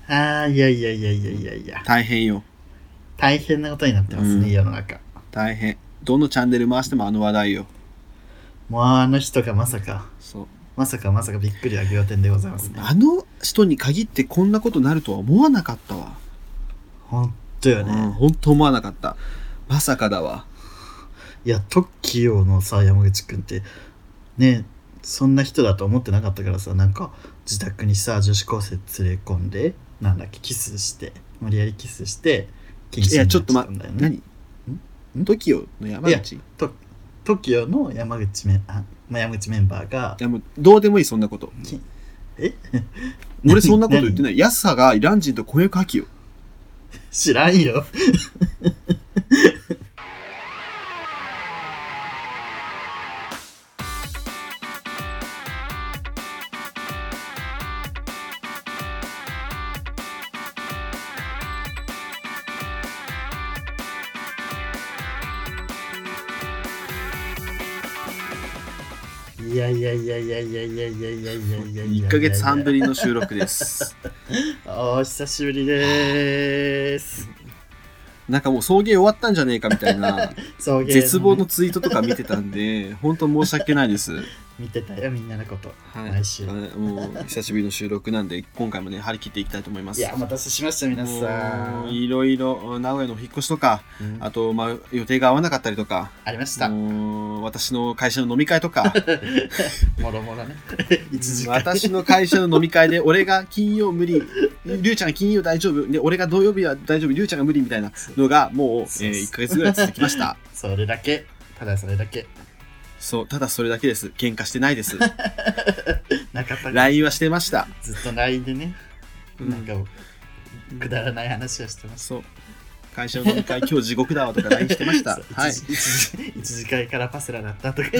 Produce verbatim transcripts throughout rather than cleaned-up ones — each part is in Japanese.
ああ、いやいやいやいやいやいや。 大変よ。 大変なことになってますね、うん、世の中。 大変。どのチャンネル回してもあの話題よ。 もうあの人がまさか。 そう。 まさかまさかびっくりは仰天でございますね。 あの人に限ってこんなことなるとは思わなかったわ。 ほんとよね。 うん、ほんと思わなかった。まさかだわ。 いや、トッキーのさ、山口くんってね、そんな人だと思ってなかったからさ、なんか自宅にさ女子高生連れ込んで、なんだっけ、キスして無理やりキスして禁止になっちゃったんだよね。いやちょっと待って、何？トキオの山口？ トトキオの山口メンあ山口メンバーが、 いやもうどうでもいいそんなこと。 え？ 俺そんなこと言ってない。ヤスハがイラン人と婚約破棄よ。 知らんよ。いやいやいやいやいやいやいやいやいやいやいっかげつはんぶりの収録です。 お久しぶりです。 なんかもう送迎終わったんじゃねえかみたいな絶望のツイートとか見てたんで本当申し訳ないです。 見てたよみんなのこと、 はい、 毎週もう久しぶりの収録なんで今回もね張り切っていきたいと思います。 いやお待たせしました皆さん。 いろいろ名古屋の引っ越しとか、うん、あとまあ予定が合わなかったりとかありました。 もう私の会社の飲み会とかもろもろね私の会社の飲み会で俺が金曜無理りゅうちゃんが金曜大丈夫で俺が土曜日は大丈夫りゅうちゃんが無理みたいなのがもう、えー、いっかげつぐらい続きました。 それだけただそれだけそうただそれだけです。喧嘩してないです。 なかったライン はしてました。 ずっと ライン でね、うん、なんかくだらない話をしてました。 そう会社の飲み会今日地獄だわとか ライン してました。はい、 一次会からパセラだったとか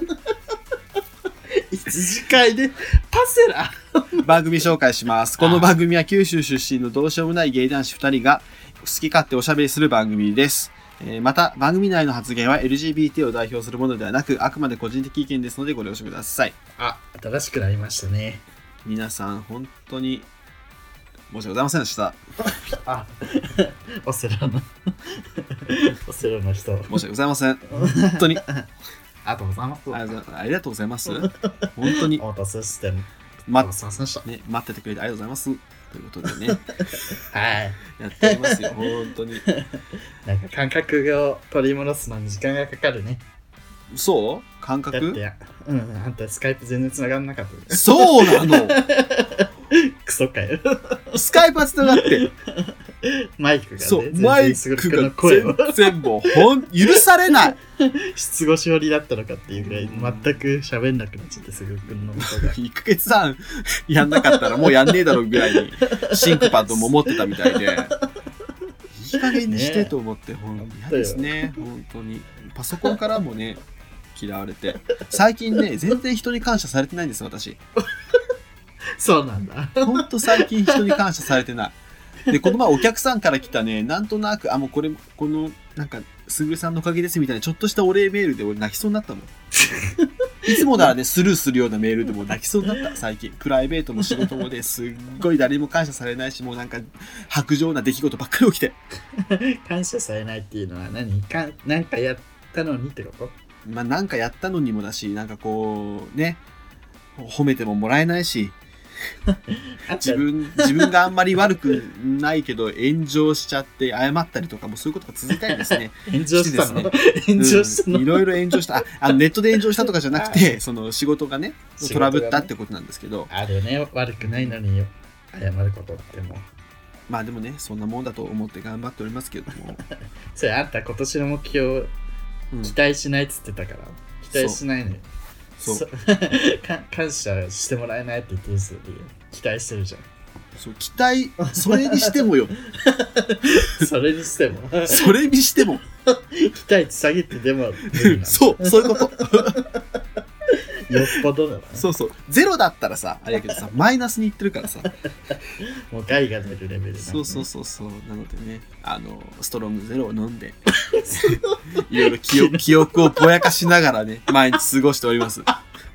一次会でパセラ番組紹介します。この番組は九州出身のどうしようもない芸男子ふたりが好き勝手おしゃべりする番組です。また番組内の発言は エルジービーティー を代表するものではなくあくまで個人的意見ですのでご了承ください。 あ、新しくなりましたね。 皆さん本当に申し訳ございませんでした。 あ、オセロのオセロの人申し訳ございません。本当にありがとうございます。 ありがとうございます。本当にお待たせしてま、 待ね、待っててくれてありがとうございますということでねはいやっておりますよ本当に。 なんか感覚を取り戻すのに時間がかかるね。 そう感覚だって、 うん、あんたスカイプ全然繋がんなかった。 そうなのクソかよ。 スカイプは繋がってマイクがね、 そうマイクが全然もうほん許されない失語症になったのかっていうぐらい全く喋んなくなっちゃってすぐくんのことがいっかげつはんやんなかったらもうやんねえだろうぐらいにシンクパッドも持ってたみたいでいい加減にしてと思って、ね、ほんと嫌ですね本当に。パソコンからもね嫌われて最近ね全然人に感謝されてないんです私。 そうなんだ。 ほんと最近人に感謝されてない。でこの前お客さんから来たねなんとなくあもうこれこのなんかすぐるさんのおかげですみたいなちょっとしたお礼メールで俺泣きそうになったもんいつもならねスルーするようなメールでも泣きそうになった最近。プライベートも仕事もですっごい誰にも感謝されないしもうなんか薄情な出来事ばっかり起きて感謝されないっていうのは何かなんかやったのにってこと？ まあなんかやったのにもだしなんかこうね褒めてももらえないし自分自分があんまり悪くないけど炎上しちゃって謝ったりとかもそういうことが続いたいですね。 炎上したの、ね、炎上したの、 うん、いろいろ炎上したああのネットで炎上したとかじゃなくてその仕事がねトラブったってことなんですけど、 あるよね悪くないのに謝ることってもまあでもねそんなもんだと思って頑張っておりますけどもそれあんた今年の目標、うん、期待しないっつってたから期待しないのよ。そう感謝してもらえないって言ってるし期待してるじゃん。 そう期待それにしてもよそれにしてもそれにしても期待値下げてでもそうそういうことよっぽどだな。 そうそうゼロだったらさあれやけどさマイナスにいってるからさもう害が出るレベルだ、ね、 そうそうそうそうなのでねあのストロングゼロを飲んでいろいろ記憶、記憶をぼやかしながらね毎日過ごしております。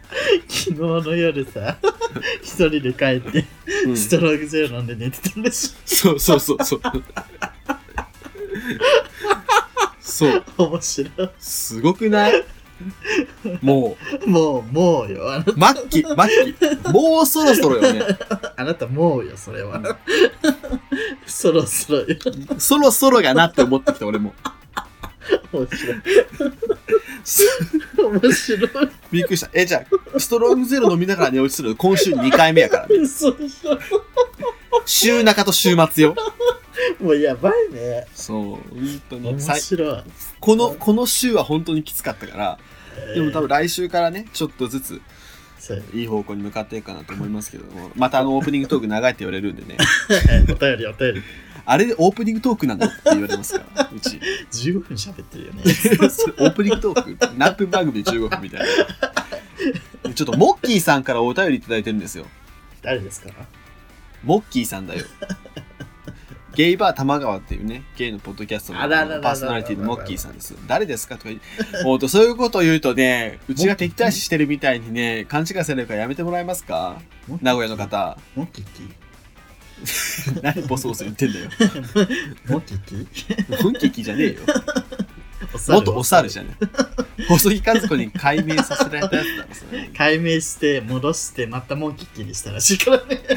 昨日の夜さ一人で帰って、うん、ストロングゼロ飲んで寝てたんでしょ。そうそうそうそうそう面白い。 すごくない？もうもうもうよあなた末期末期もうそろそろよね。 あなたもうよそれは、うん、そろそろよ。 そろそろやなって思ってきた俺も。 面白い面白い。 びっくりした。えじゃあストロングゼロ飲みながら寝落ちするの今週にかいめやからね。 嘘でしょ。 週中と週末よ。 もうやばいね。 そう本当に面白い。 このこの週は本当にきつかったから、えー、でも多分来週からねちょっとずついい方向に向かっていくかなと思いますけども、またあのオープニングトーク長いって言われるんでね。 お便りお便り。あれでオープニングトークなのって言われますからうちじゅうごふん喋ってるよね。 オープニングトーク何分番組でじゅうごふんみたいな。ちょっとモッキーさんからお便りいただいてるんですよ。 誰ですか？ モッキーさんだよ。ゲイバー玉川っていうねゲイのポッドキャストのパーソナリティのモッキーさんです。誰ですかとか言ってほんとそういうことを言うとねうちが敵対視してるみたいにね勘違いされるからやめてもらえますか？名古屋の方。 モッキキ何ボソボソ言ってんだよ。 モキキモキキじゃねえよ。元お猿じゃねえ。細木和子に解明させられたやつだろそれ。 解明して戻してまたモキキにしたらしいからね。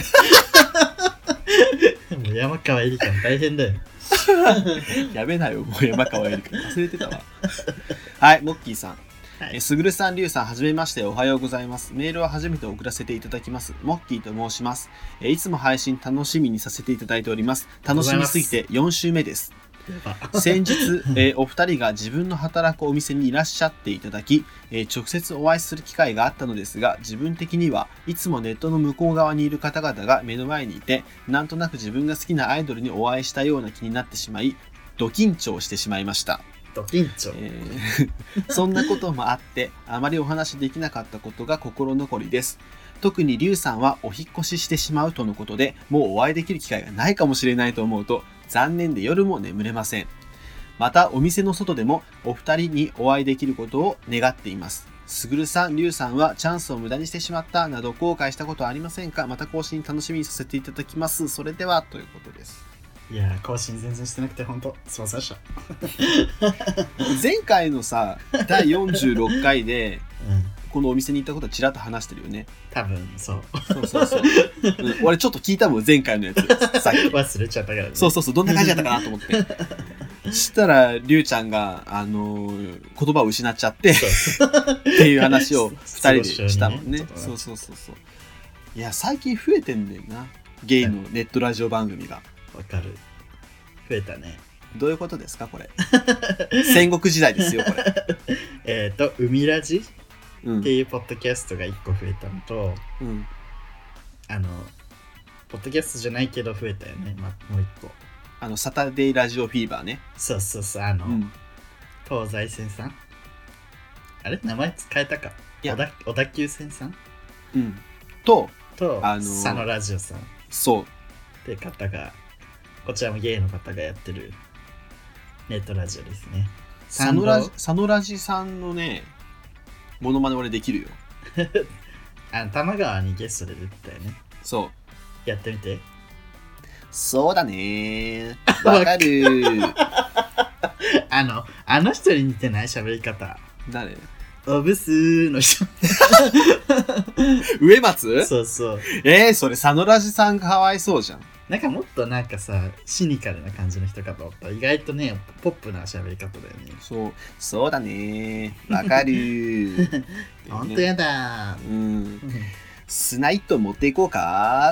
もう山川エリカも大変だよ。 やめなよもう山川エリカ忘れてたわ。はいモッキーさん。はい、えすぐるさん、りゅうさん、はじめまして、おはようございます。メールは初めて送らせていただきます。モッキーと申します。えいつも配信楽しみにさせていただいております。楽しみすぎてよん週目です。先日、えー、お二人が自分の働くお店にいらっしゃっていただき、えー、直接お会いする機会があったのですが、自分的にはいつもネットの向こう側にいる方々が目の前にいて、なんとなく自分が好きなアイドルにお会いしたような気になってしまい、ド緊張してしまいました。 ド緊張、 えー、そんなこともあってあまりお話できなかったことが心残りです。特にリュウさんはお引っ越ししてしまうとのことでもうお会いできる機会がないかもしれないと思うと残念で夜も眠れません。またお店の外でもお二人にお会いできることを願っています。すぐるさん、リュウさんはチャンスを無駄にしてしまったなど後悔したことはありませんか？また更新楽しみにさせていただきます。それではということです。 いやー更新全然してなくて本当すいませんでした。 前回のさだいよんじゅうろっかいで、 うん、 このお店に行ったことはちらっと話してるよね。 多分そうそうそうそう、うん、俺ちょっと聞いたもん前回のやつさっき忘れちゃったからね。 そうそうそうどんな感じだったかなと思ってそしたらりゅうちゃんが、あのー、言葉を失っちゃってっていう話をふたりでしたもんね。そうそうそうそう。いや最近増えてんだよなゲイのネットラジオ番組が。 わかる。増えたね。 どういうことですかこれ。戦国時代ですよこれ。 えっと海ラジ、うん、っていうポッドキャストがいっこ増えたのと、 うん、 あのポッドキャストじゃないけど増えたよね、ま、もういっこ。 あのサタデーラジオフィーバーね。 そうそうそうあの、うん、東西線さんあれ名前変えたか。小田小田急線さん、 うん、ととあの佐野ラジオさんそうって方がこちらもゲイの方がやってるネットラジオですね。 佐野ラジ佐野ラジさんのねモノマネ俺できるよ。 あの玉川にゲストで出てたよね。 そうやってみて。 そうだねわかるあのあの人に似てない喋り方。 誰？ オブスーの人植松？ そうそうえー、それ佐野ラジさんかわいそうじゃん。 なんかもっとなんかさシニカルな感じの人かと思ったら意外とねポップな喋り方だよね。 そうそうだねわかるほんとやだー。 うんスナイト持っていこうか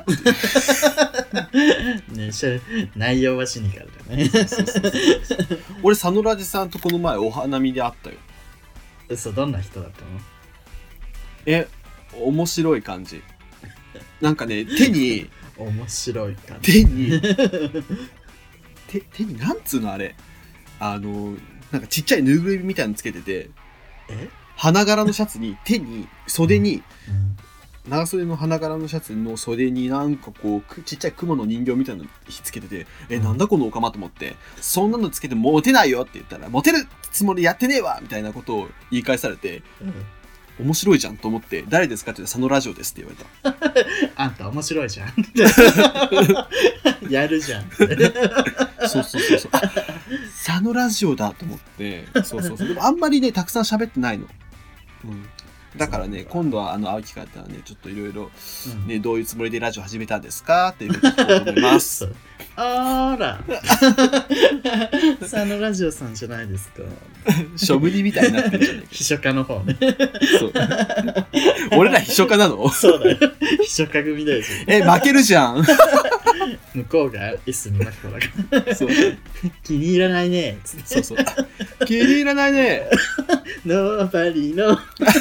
ね内容はシニカルだね。 そうそうそうそう俺佐野ラジさんとこの前お花見で会ったよ。 嘘どんな人だったの？ え面白い感じ。なんかね手に面白い感じ。 手に手手になんつうのあれあのなんかちっちゃいぬいぐるみみたいなのつけててえ花柄のシャツに手に袖に、 うんうん長袖の花柄のシャツの袖になんかこうちっちゃい雲の人形みたいなのつけてて、えなんだこのオカマと思って、そんなのつけてモテないよって言ったらモテるつもりやってねえわみたいなことを言い返されて、 うん、 面白いじゃんと思って、誰ですかって言ったら佐野ラジオですって言われた。 あんた面白いじゃんやるじゃんそうそうそうそう。あ、佐野ラジオだと思って、そうそうそう。でもあんまりね、たくさん喋ってないの。うん。だからね、今度はあの会う機会あったらね、ちょっといろいろね、どういうつもりでラジオ始めたんですかっていうのを聞こうと思います。 あら佐野ラジオさんじゃないですか。 しょぶりみたいになってるじゃないか。 秘書家の方ね。 そう。俺ら秘書家なの？ そうだよ。秘書家組だよ。 え、負けるじゃん。 向こうが S に真子だから。そう。気に入らないね。 そうそう。気に入らないね。 Nobody no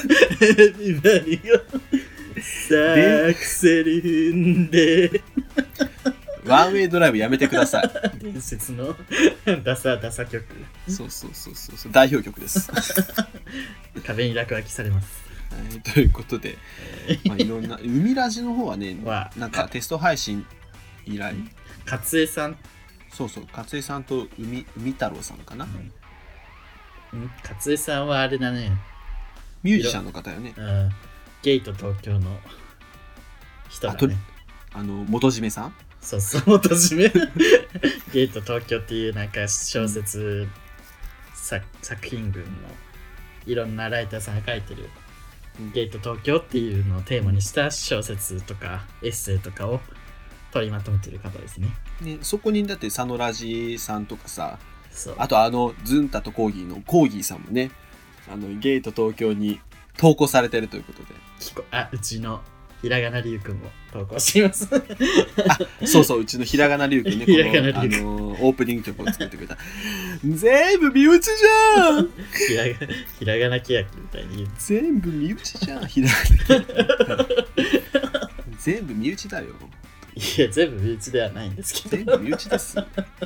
everybody go サクセル踏んでワンウェイドライブやめてください。 伝説のダサダサ曲。 そうそうそうそう、代表曲です。 壁に落書きされます。 はい、ということで、まあ、いろんな海ラジの方はね、なんかテスト配信以来、 勝江さん、 そうそう、勝江さんと海海太郎さんかな。 うん、勝江さんはあれだね、 ミュージシャンの方よね。 うん、ゲート東京の人だね。 あ, あの元締めさん。 そうそう、元締めゲート東京っていうなんか小説、うん、作, 作品群のいろんなライターさんが書いてる、うん、ゲート東京っていうのをテーマにした小説とかエッセイとかを取りまとめてる方ですね。 ね、そこにだって佐野ラジさんとかさ、あとあのズンタとコーギーのコーギーさんもね、あのゲート東京に投稿されてるということで、 あ、うちのひらがなりゅうくんも投稿していますあ、そうそう、うちのひらがなりゅうくんね、この、あのオープニング曲を作ってくれた。全部身内じゃんひらがひらがなけやきみたいに言う。 全部身内じゃん、ひらがなけやき全部身内だよ。 いや、全部身内ではないんですけど、 全部身内です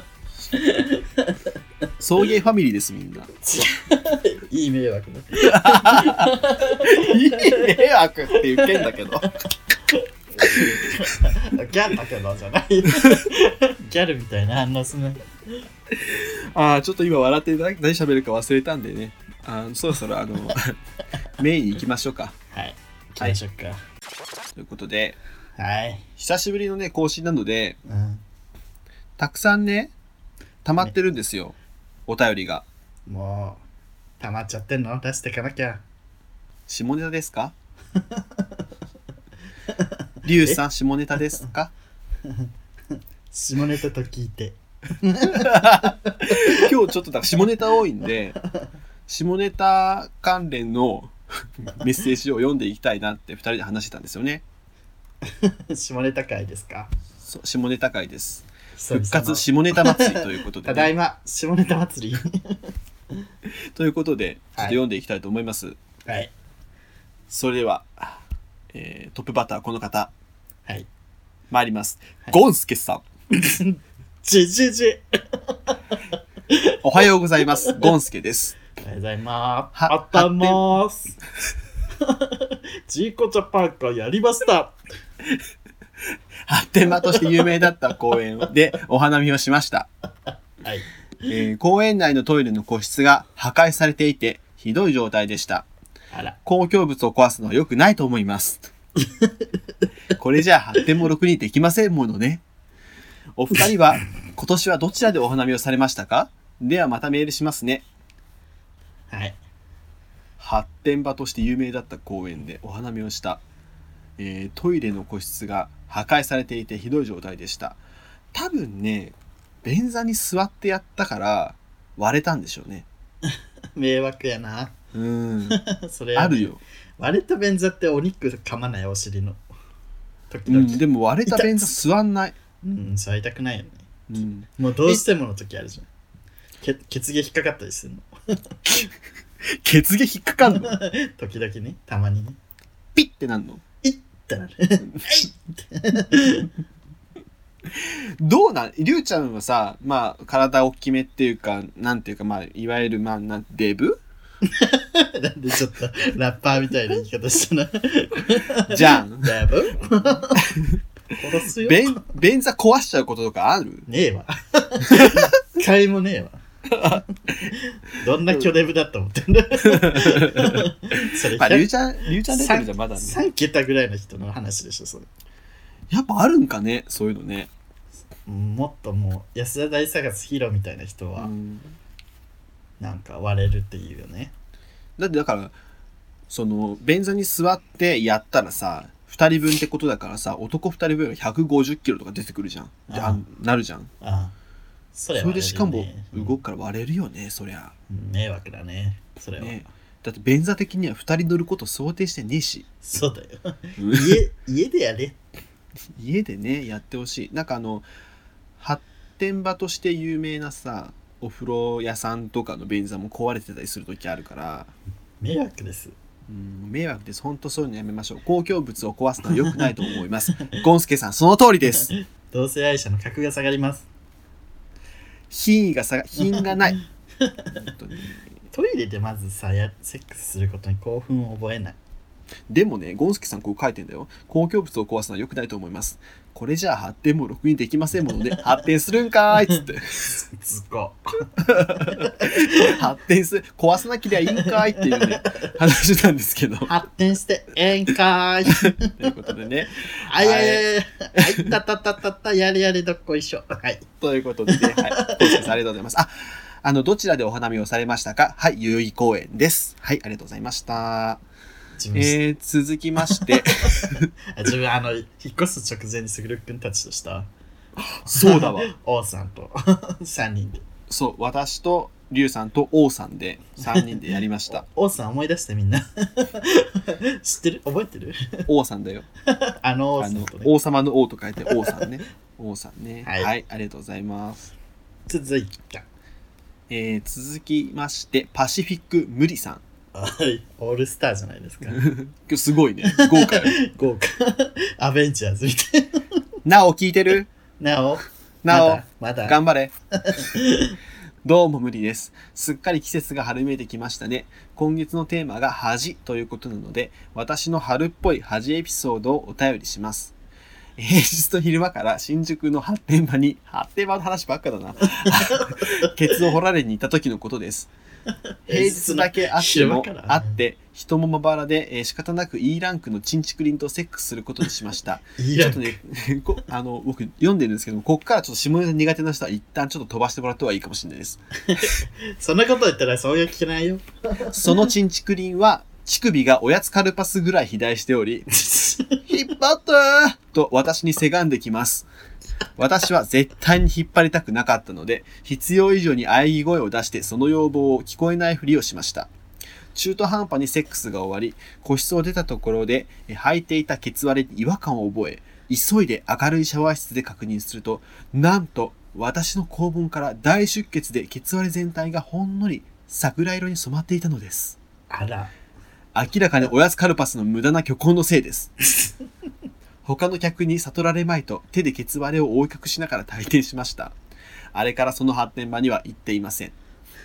送迎ファミリーです、みんな。 いい迷惑だいい迷惑って言ってんだけどギャルだけどじゃないギャルみたいな反応すね。 ああ、ちょっと今笑って何喋るか忘れたんでね、あそろそろあのメインに行きましょうか。 はい、行きましょうか、はい、 ということで、 はい、 久しぶりのね更新なので、 うん、 たくさんね溜まってるんですよ、ね、お便りが。 もう溜まっちゃってんの？出していかなきゃ。 下ネタですか？リュウさん、下ネタですか？ 下ネタと聞いて今日ちょっとだから下ネタ多いんで、下ネタ関連のメッセージを読んでいきたいなってふたりで話してたんですよね。 下ネタ会ですか？ そう、下ネタ会です。復活下ネタ祭りということで、ね、 ただいま下ネタ祭りということでちょっと読んでいきたいと思います。 はい、 それでは、えー、トップバッターこの方、 はい、 参ります、はい、ゴンスケさんじじじおはようございます。ゴンスケです。 おはようございます。あったますジーコジャパンがやりました発展場として有名だった公園でお花見をしました、 はい、 えー、公園内のトイレの個室が破壊されていてひどい状態でした。 あら、 公共物を壊すのは良くないと思いますこれじゃあ発展もろくにできませんものね。お二人は今年はどちらでお花見をされましたか？ではまたメールしますね。 はい、 発展場として有名だった公園でお花見をした、えー、トイレの個室が破壊されていてひどい状態でした。多分ね、便座に座ってやったから割れたんでしょうね。 迷惑やな。 うんそれあるよ。 割れた便座ってお肉噛まない？お尻の時々、 うん、でも割れた便座座んない。 うん、座りたくないよね、 うん、 もうどうしてもの時あるじゃん。け血毛引っかかったりするの血毛引っかかんの時々ね、たまにね、 ピッてなんの？ いってなるどうなん？りゅうちゃんはさ、まあ体大きめっていうか、なんていうか、まあいわゆるまあなんデブなんでちょっとラッパーみたいな言い方したなじゃん。 デブ殺すよ。 便便座壊しちゃうこととかある？ ねえわ一回もねえわ。 どんな巨デブだと思ってんだそれ、 まありゅうちゃんりゅうちゃんレベルじゃまだねさん桁ぐらいの人の話でしょそれ。 やっぱあるんかねそういうのね。 もっともう安田大サーカスヒーローみたいな人はうんなんか割れるっていうよね。 だってだからその便座に座ってやったらさふたりぶんってことだからさ男ふたりぶんがひゃくごじゅっキロとか出てくるじゃん。じゃああなるじゃん。 ああそれそれでしかも動く、 くから割れるよねそりゃ。 うん迷惑だねそれは、 ねだって便座的にはふたり乗ること想定してねえし。 そうだようん家家でやれ。 家でねやってほしい。なんかあの発展場として有名なさお風呂屋さんとかの便座も壊れてたりする時あるから、 迷惑です。 うん迷惑です。本当そういうのやめましょう。公共物を壊すのは良くないと思いますゴンスケさんその通りです。 同性愛者の格が下がります。 品位がさ品がない本当に。 トイレでまずさやセックスすることに興奮を覚えない。 でもねゴンスケさんこう書いてんだよ。公共物を壊すのは良くないと思います。これじゃあ発展もろくにできませんもので発展するんかーいっつってすご発展する壊さなきゃいいんかいっていうね話なんですけど発展してええんかーいということでねあいやいやいやはいたたたたたやれやれどっこいしょ。はいということでね、はい、ゴンスケさんありがとうございます。ああのどちらでお花見をされましたか。はい代々木公園です。はいありがとうございました。 自分,、 えー、続きまして自分あの引っ越す直前にすぐるくんたちとしたそうだわ王さんとさんにんで。 そう私とリュウさんと王さんでさんにんでやりました王さん思い出してみんな知ってる覚えてる王さんだよあの王あのさんとね。 王様の王と書いて王さんね王さんね、 ははいい、ありがとうございます。 続いてえー、続きましてパシフィック無理さんはいオールスターじゃないですか今日すごいね豪華よ豪華アベンジャーズみたいなお聞いてるなおなおまだまだ頑張れどうも無理です。すっかり季節が春めいてきましたね。今月のテーマが恥ということなので私の春っぽい恥エピソードをお便りします。平日と昼間から新宿の発展場に発展場の話ばっかだなケツを掘られに行った時のことです。平日だけあってもあって人もまばらで、えー、仕方なく E ランクのチンチクリンとセックスすることにしました。 いいやちょっとねこあの僕読んでるんですけどもこっからちょっと下ネタ苦手な人は一旦ちょっと飛ばしてもらった方がいいかもしれないです。 そんなこと言ったらそういう聞けないよそのチンチクリンは乳首がおやつカルパスぐらい肥大しており引っ張ったーと私にせがんできます。私は絶対に引っ張りたくなかったので必要以上に喘ぎ声を出してその要望を聞こえないふりをしました。中途半端にセックスが終わり個室を出たところで履いていたケツ割れに違和感を覚え急いで明るいシャワー室で確認するとなんと私の肛門から大出血でケツ割れ全体がほんのり桜色に染まっていたのです。 あら明らかにおやつカルパスの無駄な虚構のせいです他の客に悟られまいと手でケツ割れを覆い隠しながら退店しました。あれからその発展場には行っていません。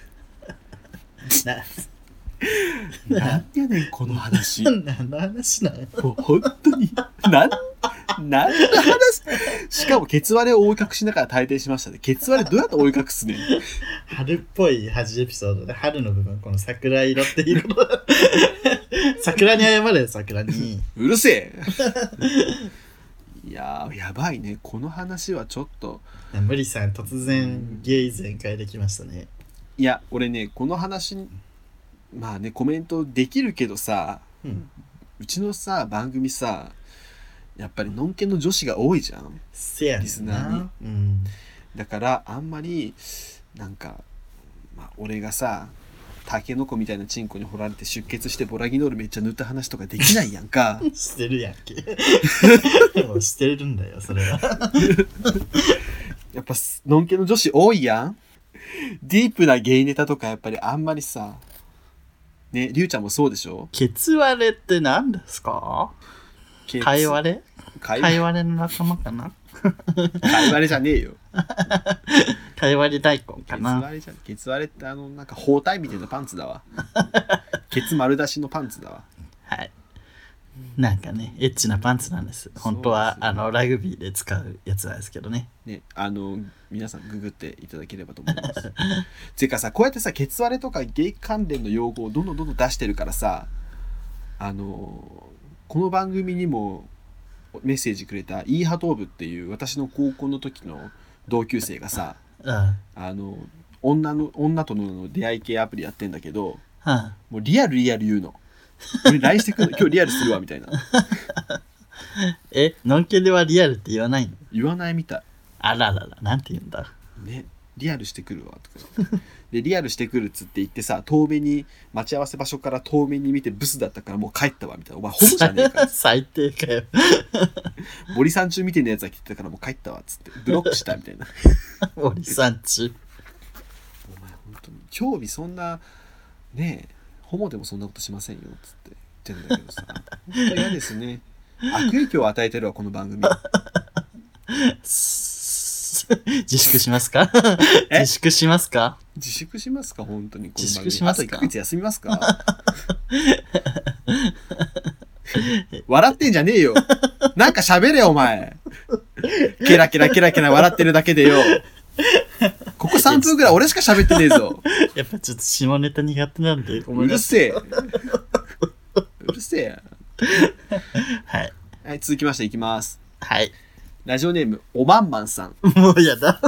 ななんやねんこの話何の話なのもう本当になんなんの話しかもケツ割れを覆い隠しながら退店しましたね。ケツ割れどうやって覆い隠すねん春っぽい恥エピソードで春の部分この桜色っていうこと桜に謝れよ桜にうるせえいやーやばいねこの話はちょっと。 無理さん突然ゲイ全開できましたね。 いや俺ねこの話まあねコメントできるけどさ、 うん、 うちのさ番組さやっぱりのんけの女子が多いじゃんせやねんなリスナーに、 うん、 だからあんまりなんか、まあ、俺がさタケノコみたいなチンコに掘られて出血してボラギノールめっちゃ塗った話とかできないやんかしてるやんけもうしてるんだよそれはやっぱのんけの女子多いやん。ディープなゲイネタとかやっぱりあんまりさねりゅうちゃんもそうでしょ。 ケツ割れって何ですか。かい割れかい割れの仲間かなかい割れじゃねえよかい割れ大根かな。 ケツ割れじゃん。ケツ割れってあのなんか包帯みたいなパンツだわケツ丸出しのパンツだわ。 はいなんかねエッチなパンツなんです。本当はあのラグビーで使うやつなんですけどね。 ね、あの皆さんググっていただければと思います。ていうかさ、こうやってさ、ケツ割れとかゲイ関連の用語をどんどんどんどん出してるからさ、あのこの番組にもメッセージくれたイーハトーブっていう私の高校の時の同級生がさ、 うん。 あの女の女との出会い系アプリやってんだけど、 うん。 もうリアルリアル言うの。俺 ライン してくるの、今日リアルするわみたいな。 え、のんけではリアルって言わないの？ 言わないみたあららら、なんて言うんだ。 い。ね、リアルしてくるわとか。で、リアルしてくるっつって言ってさ、遠目に、待ち合わせ場所から遠目に見てブスだったからもう帰ったわみたいな。お前ホモじゃねえか。 最低かよ。 森さん中みたいなやつが来てたからもう帰ったわっつってブロックしたみたいな。 森さんち。 お前本当に興味そんなねえ、ホモでもそんなことしませんよっつって言ってるんだけどさ、本当嫌ですね。悪影響を与えてるわこの番組。 自粛しますか？ え自粛しますか？ 自粛しますか本当にこの番組。 自粛しますか？ あといっかげつ休みますか？笑ってんじゃねえよ。なんか喋れよお前。ケラケラケラケラ笑ってるだけでよ。ここさんぷんぐらい俺しか喋ってねえぞ。 やっぱちょっと下ネタ苦手なんでごめうんるなさせえ。うるせえ。 い。はいはい、続きましていきます。 はい。 ラジオネームおまんまんさん。 もうやだ。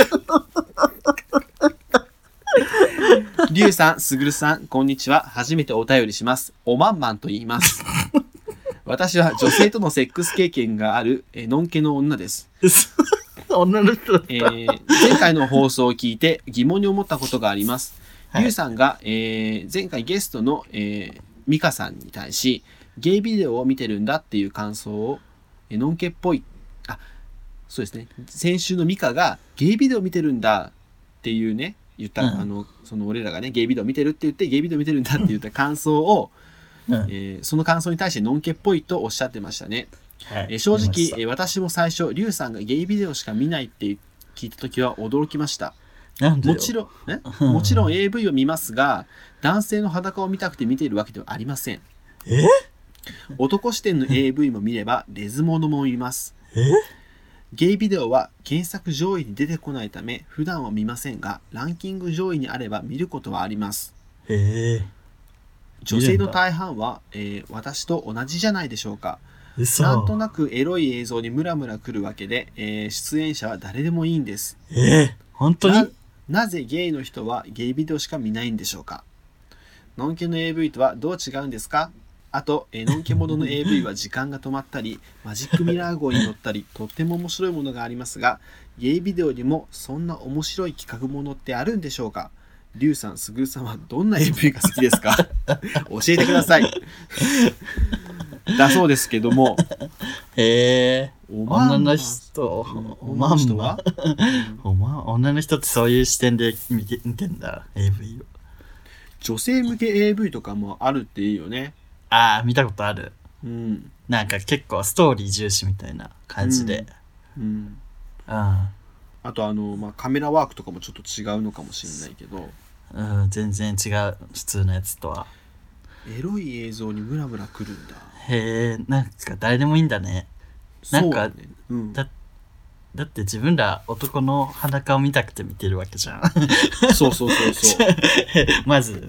りゅうさん、すぐるさん、こんにちは。初めてお便りします。おまんまんと言います。私は女性とのセックス経験があるえーのんけの女です。 女の人だった。 えー前回の放送を聞いて疑問に思ったことがあります。 はいりゅうさんが、えー前回ゲストの、えー、ミカさんに対しゲイビデオを見てるんだっていう感想を、えーのんけっぽい、あ、そうですね。先週のミカがゲイビデオ見てるんだっていうね、言った、 うんあのその俺らがねゲイビデオ見てるって言ってゲイビデオ見てるんだって言った感想を、 うんえーその感想に対してのんけっぽいとおっしゃってましたね。 はいえー正直、 見ましたえー私も最初リュウさんがゲイビデオしか見ないって聞いた時は驚きました。 なんでよもちろん、ね、 うんもちろん エーブイ を見ますが男性の裸を見たくて見ているわけではありません。 え男視点の エーブイ も見ればレズものも見ます。 えゲイビデオは検索上位に出てこないため普段は見ませんがランキング上位にあれば見ることはあります。 えー、 女性の大半は、えー私と同じじゃないでしょうか。 嘘。 なんとなくエロい映像にムラムラくるわけで、えー出演者は誰でもいいんです。 えー、本当なに？ なぜゲイの人はゲイビデオしか見ないんでしょうか。ノンケの エーブイ とはどう違うんですか。あと、えーノンケものの エーブイ は時間が止まったりマジックミラー号に乗ったりとっても面白いものがありますが、ゲイビデオにもそんな面白い企画ものってあるんでしょうか。リュウさん、スグルさんはどんな エーブイ が好きですか？教えてください。だそうですけども、 えー、 おまんま女の人、お女まんまの人は。 おま女の人ってそういう視点で見て見てんだ エーブイ を。 女性向け エーブイ とかもあるっていいよね。 ああ見たことある。 うん。 なんか結構ストーリー重視みたいな感じで。 うん。 うん。 あとあの、まあ、カメラワークとかもちょっと違うのかもしれないけど、 うん、全然違う普通のやつとは。 エロい映像にムラムラくるんだ。 へえ、なんか誰でもいいんだね。なんかそうだね、うん、 だだって自分ら男の裸を見たくて見てるわけじゃん。 そうそうそうそう。 まず。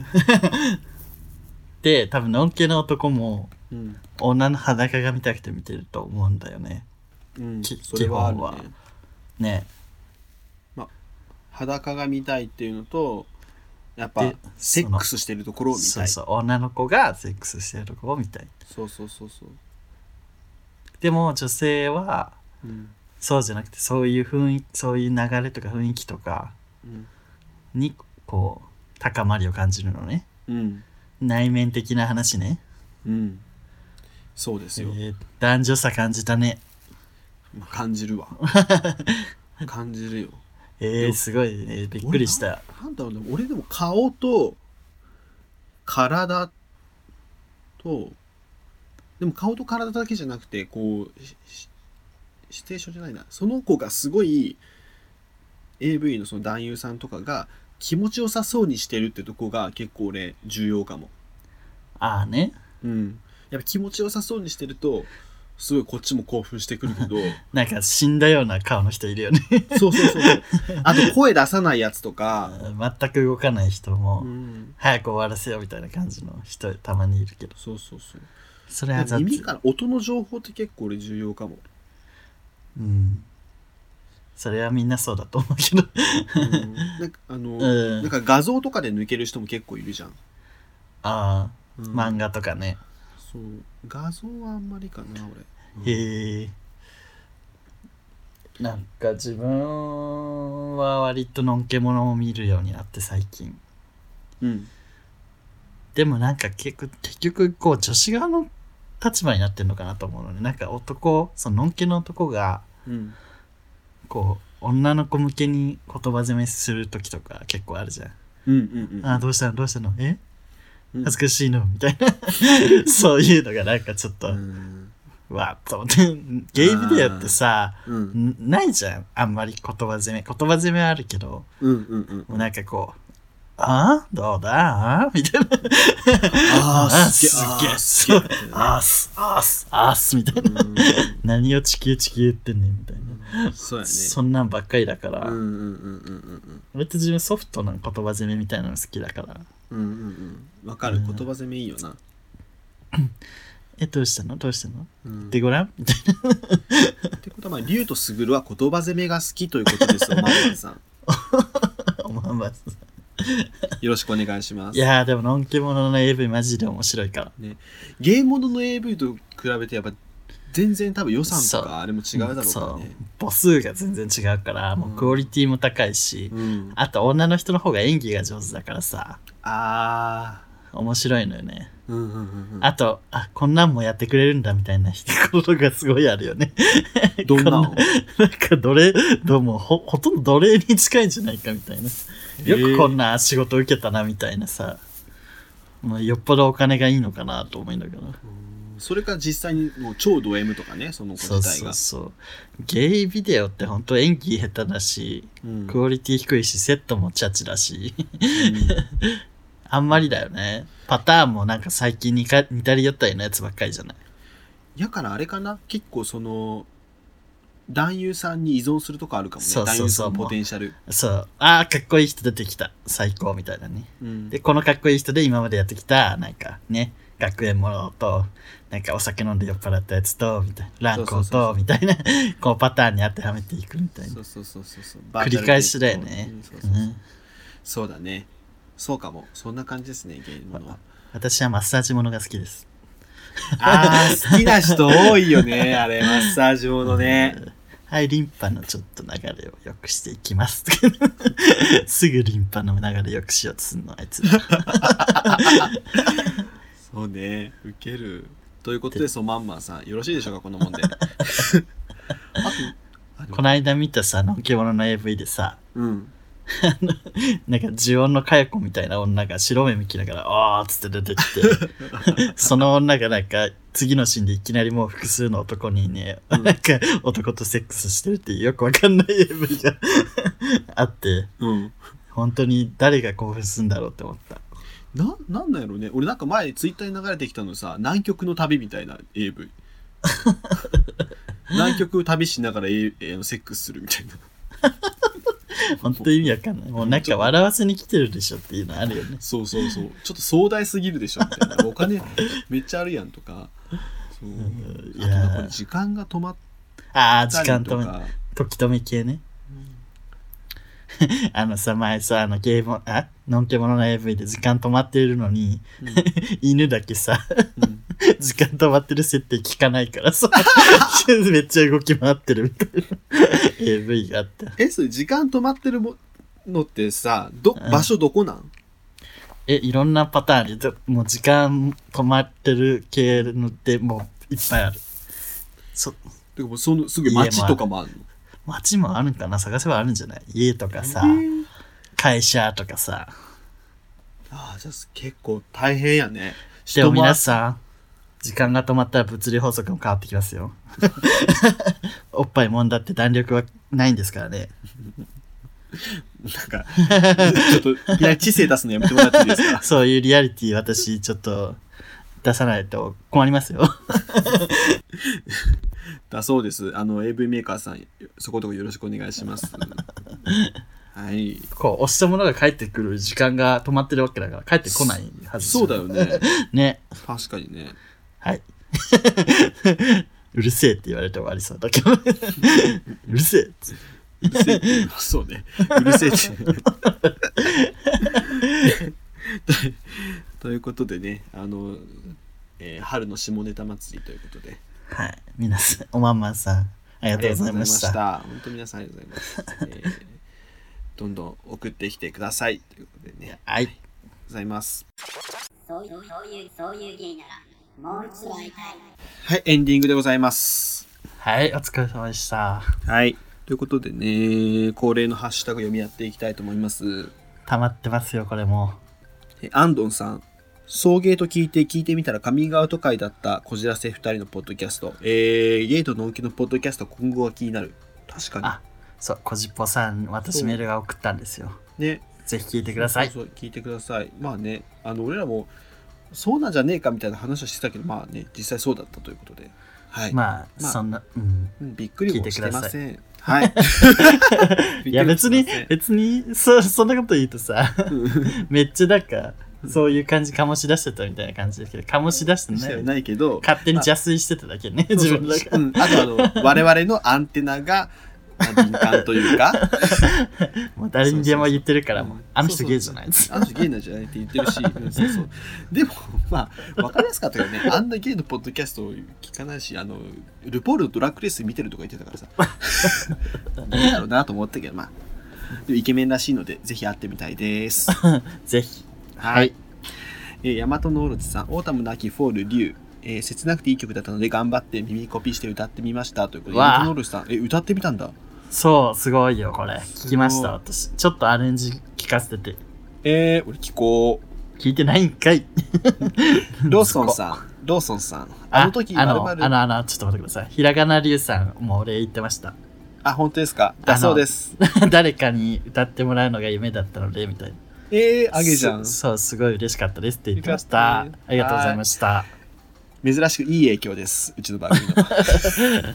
で、多分のんけの男もうん。 女の裸が見たくて見てると思うんだよね。 うん。 きそれはある基本はね。 ね。 裸が見たいっていうのと、やっぱでセックスしてるところを見たい。 そうそう、女の子がセックスしてるところを見たい。 そうそうそうそう。 でも女性はうん。 そうじゃなくて、そういう雰囲気、そういう流れとか雰囲気とかうん。 にこう高まりを感じるのね。 うん。 内面的な話ね。 うん。そうですよ。 えー男女差感じたね。 まあ感じるわ。感じるよ。 えー、すごい、えーびっくりした。 なんだろうね、俺でも顔と体と、でも顔と体だけじゃなくて、こうししシチュエーションじゃないな、その子がすごい エーブイ のその男優さんとかが気持ちよさそうにしてるってとこが結構俺重要かも。 ああね。 うん。 やっぱ気持ちよさそうにしてるとすごいこっちも興奮してくるけどなんか死んだような顔の人いるよねそうそうそうそう。あと声出さないやつとか全く動かない人も、 うん、 早く終わらせようみたいな感じの人たまにいるけど、 そうそうそう。 それは雑。 耳から音の情報って結構俺重要かも。 うん、それはみんなそうだと思うけどうん、なんかあの、うん、なんか画像とかで抜ける人も結構いるじゃん。 ああ、うん、漫画とかね。 そう、画像はあんまりかな俺、 うん、へえ。なんか自分は割とのんけものを見るようになって最近。 うん。 でもなんか結局結局こう女子側の立場になってるのかなと思うのね。なんか男、そののんけの男が、うん、こう女の子向けに言葉攻めする時とか結構あるじゃん。 うんうんうん。 あ、どうしたのどうしたのえ恥ずかしいのみたいなそういうのがなんかちょっと、うん、わっと思ってゲイビデオってさ、うん、ないじゃんあんまり言葉攻め言葉攻めはあるけど、うんうんうん、もうなんかこうあどうだあみたいなああすげえすげえあすあすあすみたいな何を地球地球言ってんねんみたいな、 そうやね、 そんなんばっかりだから、 うんうんうんうんうん割と自分ソフトな言葉攻めみたいなの好きだからうんうんうんわかる、言葉攻めいいよなえどうしたのどうしたの、うん、でごらんみたいなってことはまあ龍と卓は言葉攻めが好きということですよマンバンさんおまんばんさんよろしくお願いします。 いやーでものんけものの エーブイ マジで面白いから、ね、 ゲームものの エーブイ と比べてやっぱ全然多分予算とかあれも違うだろうからね、 母数が全然違うから、うん、もうクオリティも高いし、うん、あと女の人の方が演技が上手だからさあー面白いのよね、 うんうんうんうん、 あとあこんなんもやってくれるんだみたいなことがすごいあるよねどんなのなんか奴隷どうも ほ, ほとんど奴隷に近いんじゃないかみたいな、よくこんな仕事受けたなみたいなさ、もうよっぽどお金がいいのかなと思いながら、 それか実際にもう超ド M とかね、その子自体が。そうそうそう。ゲイビデオって本当演技下手だし、うん、クオリティ低いし、セットもチャチだし、うん、あんまりだよね。パターンもなんか最近似か似たり寄ったりのやつばっかりじゃない。 やからあれかな、結構その男優さんに依存するとこあるかもね。 そうそうそう、 男優さんのポテンシャル。 そう。ああ、かっこいい人出てきた。最高みたいなね、うん。で、このかっこいい人で今までやってきた、なんかね、学園ものと、なんかお酒飲んで酔っ払ったやつと、みたいな。ランコーと、みたいな、こうパターンに当てはめていくみたいな。 そうそうそうそうそう。 繰り返しだよね。 そうそうそう、うん。そうだね。そうかも。そんな感じですね、ゲームのは。 私はマッサージものが好きです。 ああ、好きな人多いよね、あれ、マッサージものね。 はい、リンパのちょっと流れを良くしていきます。すぐリンパの流れ良くしようとするの、あいつ。 そうね、ウケる。ということで、そのマンマンさん、よろしいでしょうか、このもんで。あとこの間見たさ、のんけものの エーブイ でさ、 うん。 なんか呪音のかよこみたいな女が白目向きながらあーっつって出てきてその女がなんか次のシーンでいきなりもう複数の男にね、うん、なんか男とセックスしてるっていうよくわかんない エーブイ があって、うん、本当に誰が興奮するんだろうって思った。 な、なんなんやろうね。俺なんか前ツイッターに流れてきたのさ、南極の旅みたいな エーブイ 南極旅しながら、A、A のセックスするみたいな本当に意味わかんない。もうなんか笑わせに来てるでしょっていうのあるよね。 そうそうそう。ちょっと壮大すぎるでしょみたいな。お金めっちゃあるやんとか。そう。いやあとなんか時間が止まったりとか。 ああ、時間止め、時止め系ね。うん、あのさ、前さ、あのゲーム、あのんけものの エーブイ で時間止まっているのに、うん、犬だけさ、うん、時間止まってる設定聞かないからさ、めっちゃ動き回ってるみたいな エーブイ があった。 え、それ時間止まってるのってさ、ど、場所どこなん？ え、いろんなパターンで、もう時間止まってる系のってもういっぱいある。 そ、てかもうそのすぐ街とかもあるの？ 街もあるんかな、探せばあるんじゃない？家とかさ、会社とかさ。 ああ、じゃあ結構大変やね。 でも皆さん、時間が止まったら物理法則も変わってきますよ。おっぱいもんだって弾力はないんですからね。 なんか、ちょっといきなり知性出すのやめてもらっていいですか？ そういうリアリティ私ちょっと出さないと困りますよ。 だそうです。あの エーブイ メーカーさん、そこどこよろしくお願いします。はい。 こう押したものが返ってくる時間が止まってるわけだから返ってこないはず。 そうだよね。 ね。 確かにね。 はい。うるせえって言われて終わりそうだけど。うるせえ。 うるせえっていうのはそうね。うるせえって。ということでね、あの、えー、春の下ネタ祭りということで。 はい。皆さん、おまんまんさん、ありがとうございました。 本当皆さんありがとうございます。えー、どんどん送ってきてくださいということでね。 はい。 ございます。 そういう、そういう、そういう芸なら、もう一度会いたい。 はい、エンディングでございます。 はい、お疲れ様でした。 はい。ということでね、恒例のハッシュタグ読み合っていきたいと思います。 溜まってますよ、これも。 えアンドンさん。送迎と聞いて聞いてみたらカミングアウト会だったこじらせふたりのポッドキャスト。えー、ゲイとノンキのポッドキャスト今後は気になる。確かに。 あ、そう、こじっぽさん、私メールが送ったんですよ。 ね。 ぜひ聞いてください。 そうそう、聞いてください。まあね、あの俺らもそうなんじゃねえかみたいな話をしてたけど、まあね、実際そうだったということで。はい。 まあ、まあ、そんな、うん。 びっくりもしてません。はい。 いや別に、別に、そ、そんなこと言うとさ、めっちゃなんか、そういう感じ醸し出してたみたいな感じですけど、醸し出してない。 ないけど、 勝手に邪推してただけね、まあ、自分の中で。 うん、あとあの、我々のアンテナが、敏感というかもう誰にでも言ってるから、もうあの人ゲイじゃないです。 あの人ゲイなんじゃないって言ってるし、うん、そうそう。でも、まあ、わかりやすかったけどね、あんなゲイのポッドキャストを聞かないし、あの、ルポールとドラッグレース見てるとか言ってたからさ、何だろうなと思ったけど、まあ、イケメンらしいので、ぜひ会ってみたいです。 ぜひ。 はい。はい、えー、大和のオロチさん、オータムなきフォールリュウ。えー、切なくていい曲だったので頑張って耳コピーして歌ってみましたということで、大和のオロチさん、え、歌ってみたんだ。 そう、すごいよ、これ。聞きました、私。ちょっとアレンジ聞かせてて。 えー、俺聞こう。聞いてないんかい。 ローソンさん、ローソンさん。あの時、 あの、あの、あの、ちょっと待ってください。ひらがなりゅうさんも俺言ってました。 あ、本当ですか。だそうです。 誰かに歌ってもらうのが夢だったので、みたいな。 えー、あげじゃん。 そう、すごい嬉しかったですって言ってました。ね、ありがとうございました。 珍しくいい影響です。うちの番組の。はい。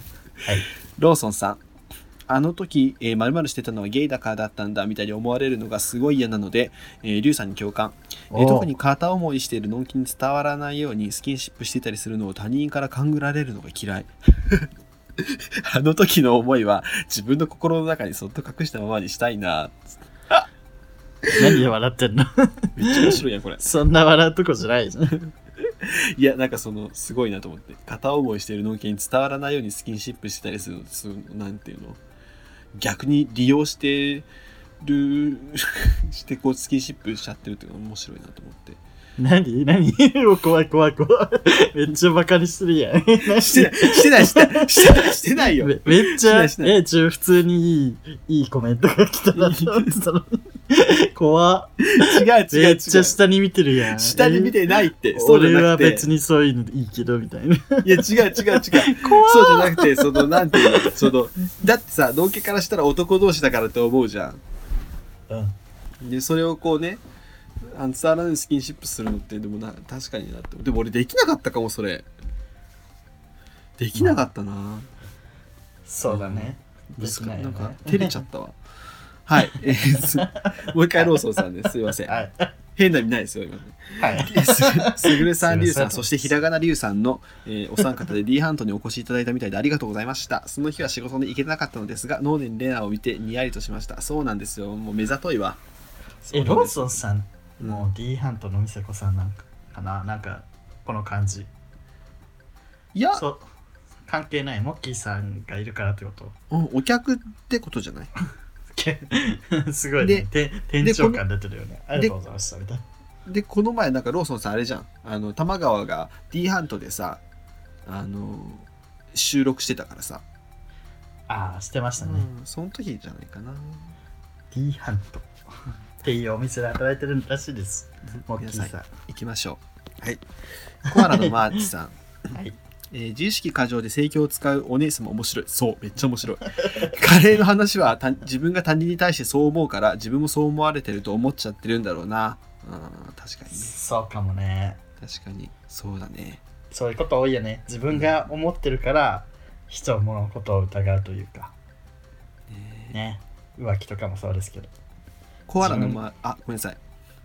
ローソンさん。あの時、えー、〇〇してたのはゲイだからだったんだみたいに思われるのがすごい嫌なので、えー、リュウさんに共感、えー、特に片思いしているのんきに伝わらないようにスキンシップしていたりするのを他人から勘ぐられるのが嫌い。あの時の思いは自分の心の中にそっと隠したままにしたいな。 何で笑ってんの？ めっちゃ面白いやんこれ。 そんな笑うとこじゃないじゃん。 いやなんかそのすごいなと思って、片思いしているのんきに伝わらないようにスキンシップしてたりするの、なんていうの、逆に利用してるしてこうスキンシップしちゃってるっていうのが面白いなと思って。 何何怖い怖い怖い。めっちゃバカにしてるやん。 してないしてないしてないしてないしてないよ。 め, めっちゃえちょ普通にいいいいコメントが来たなと思ってたのに。怖っ。 違う違う違う。 めっちゃ下に見てるやん。 下に見てないって。 えそうじゃなくて俺は別にそういうのいいけどみたいな。いや違う違う違う。そうじゃなくてそのなんていうのそのだってさ同家からしたら男同士だからって思うじゃん。うん。でそれをこうね。あの伝わらないスキンシップするのってでもな確かになって。でも俺できなかったかもそれ。できなかったな。まあ、 そうだね。 できないよね。なんか照れちゃったわ。はい、えー。もう一回ローソンさんです。すいません。はい、変な意味ないですよ今ね。はい。すぐるさん、りゅうさん、そしてひらがなりゅうさんの、えー、お三方で D ハントにお越しいただいたみたいでありがとうございました。その日は仕事に行けなかったのですが、能年レナを見てにやりとしました。そうなんですよ。もう目ざといわ。 え、ローソンさん。もう D ハントのみせこさんなんかかな、なんかこの感じ。 いやそう関係ない。モッキーさんがいるからってこと。 うん、お客ってことじゃないすごいね。で店長感出てるよね。ありがとうございましたみたいな。 でこの前なんかローソンさんあれじゃん、あの玉川が D ハントでさあの収録してたからさ。 ああしてましたね、 うん、その時じゃないかな。 D ハントっていうお店で働いてるらしいです。モッキーさん行きましょう。はい。コアラのマーチさん。はい。えー、自意識過剰で盛況を使うお姉様面白い。そう、めっちゃ面白い。カレーの話はた自分が他人に対してそう思うから自分もそう思われてると思っちゃってるんだろうな。うん、確かにね。 そうかもね。 確かにそうだね。 そういうこと多いよね。自分が思ってるから人のことを疑うというかねね。浮気とかもそうですけど。 コアラの自分まあごめんなさい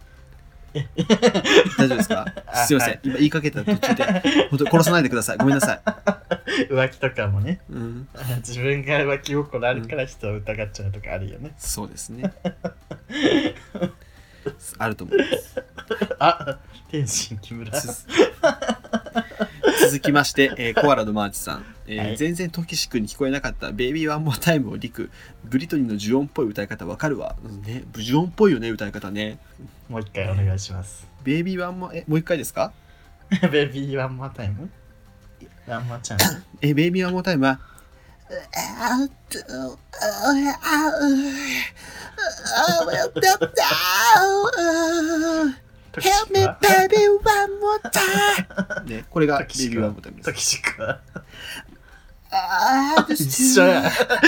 大丈夫ですかあすいません、 はい今言いかけた途中で本当に殺さないでください、ごめんなさい。 浮気とかもね、 うん、 自分が浮気心あるから人を疑っちゃうとかあるよね。 そうですねあると思いますあ、天心木村。 つ続きまして、えーコアラのマーチさん、えーはい全然トキシ君に聞こえなかったベイビーワンモアタイムをリク、ブリトニーの呪音っぽい歌い方わかるわ、うんね、呪音っぽいよね歌い方ね。 もう一回お願いします。 ベイビーワンモアえもう一回ですか？ ベビーワンマタイムワンマちゃん。 えベイビーワンモアタイムはHelp me baby one more time ね、これがベイビーワンモアタイムです。 トキシクはあ一緒や。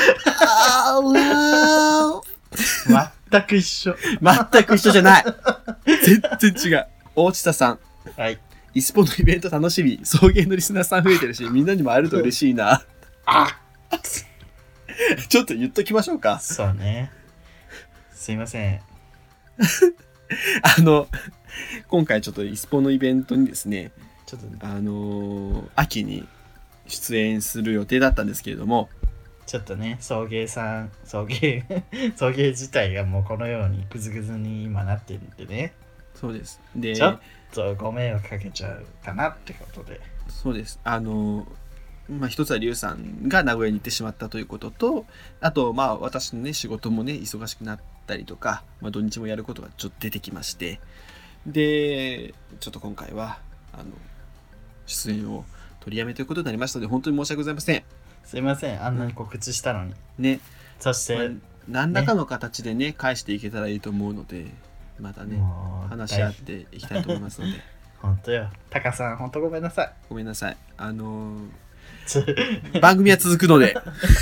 全く一緒。 全く一緒じゃない全然違う。大地田さん、 はい。 イスポのイベント楽しみ、送迎のリスナーさん増えてるし、みんなにも会えると嬉しいな。 あちょっと言っときましょうか。 そうね。すいません。 あの今回ちょっとイスポのイベントにですね、 ちょっとあのー秋に出演する予定だったんですけれども、 ちょっとね、送迎さん、送迎、送迎自体がもうこのようにグズグズに今なってるんでね、 そうです。で、 ちょっとご迷惑かけちゃうかなってことで。 そうです。あのーまあ、一つはリュウさんが名古屋に行ってしまったということと、あとまあ私のね仕事もね忙しくなったりとか、まあ、土日もやることがちょっと出てきまして、でちょっと今回はあの出演を取りやめということになりましたので、本当に申し訳ございませんすいません、あんなに告知したのに。 ね。 そして、 まあ何らかの形でね返していけたらいいと思うので、またねもう話し合っていきたいと思いますので本当よ。タカさん、本当ごめんなさい。 ごめんなさい。あのーつ番組は続くので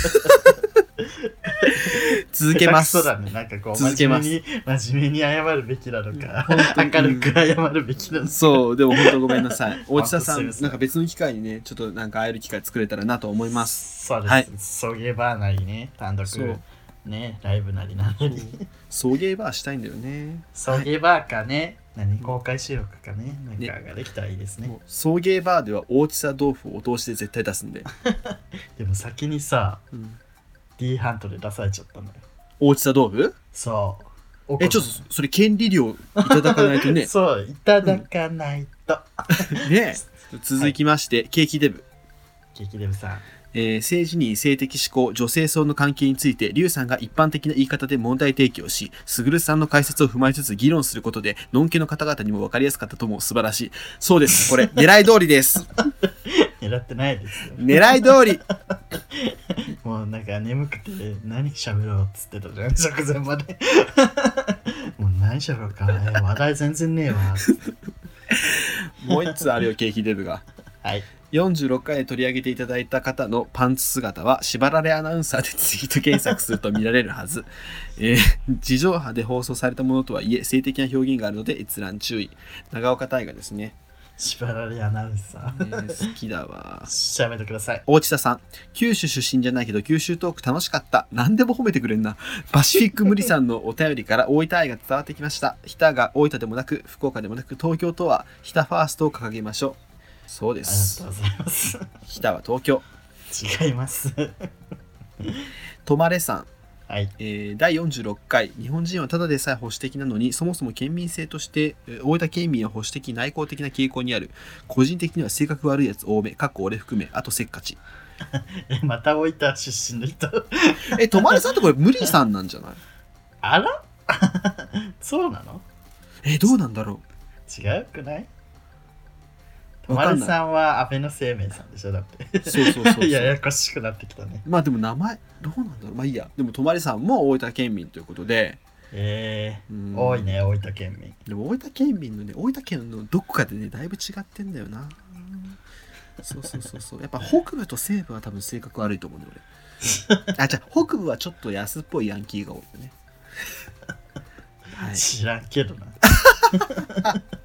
続けます下手くそだね。なんかこう、 続けます真面目に、真面目に謝るべきなのか、 本当に明るく謝るべきなのか。 そう、でも本当ごめんなさい。大地田さん、 本当すいませんなんか別の機会にね、ちょっとなんか会える機会作れたらなと思います。 そうです。 はい送迎バーなりね、単独そうね、ライブなりなり。 送迎バーしたいんだよね。 送迎バーかね、何公開収録かね、なんかができたらいいですね。 もう送迎バーでは大地田豆腐をお通しで絶対出すんで。 でも先にさ、 うん、 D ハントで出されちゃったのよ。 大地田豆腐そう。 え、ちょっとそれ権利料いただかないとね。 そう、いただかないと。 ね続きまして、ケーキデブ。 激デブさん。 えー、性自認、性的指向、女性層の関係について、リュウさんが一般的な言い方で問題提起をし、スグルさんの解説を踏まえつつ議論することで、のんけの方々にも分かりやすかったとも素晴らしい。そうです。これ、狙い通りです。 狙ってないですよ。 狙い通り。 もうなんか眠くて何喋ろうっつってたじゃん、直前まで。もう何喋ろうか、えー話題全然ねえわ。 もう一つあるよ、ケーキデブが。 はい。 よんじゅうろっかいで取り上げていただいた方のパンツ姿は、しばられアナウンサーでツイート検索すると見られるはず。えー、地上波で放送されたものとはいえ、性的な表現があるので閲覧注意。長岡大河ですね。 縛られアナウンサえー。 ー好きだわ。 しゃべってください。 大地田さん、九州出身じゃないけど九州トーク楽しかった。何でも褒めてくれんな。パシフィック無理さんのお便りから大分愛が伝わってきました。日田が大分でもなく福岡でもなく東京とは日田ファーストを掲げましょう。そうでありがすとう。ございます。 日田は東京。 違います。 とまれさん、 はい。 えーだいよんじゅうろっかい、日本人はただでさえ保守的なのに、そもそも県民性としてえー大分県民は保守的内向的な傾向にある。個人的には性格悪いやつ多め、かっこ俺含め、あとせっかち。 え、また大分出身の人。 え、とまれさんってこれ無理さんなんじゃない？ あらそうなの？ え、どうなんだろ違うくない？とわかんないまるさんは安倍の生命さんでしょ、だって。 う。そうそうそうそう。 ややこしくなってきたね。 まあでも名前どうなんだろう。まあいいや。でもとまれさんも大分県民ということで、 えうんー、多いね、大分県民。 でも大分県民のね、大分県のどこかでね、だいぶ違ってんだよな。そうそうそうそう。やっぱ北部と西部は多分性格悪いと思うんだよ俺。あ、じゃあ北部はちょっと安っぽいヤンキーが多いよね。はい。 知らんけどな。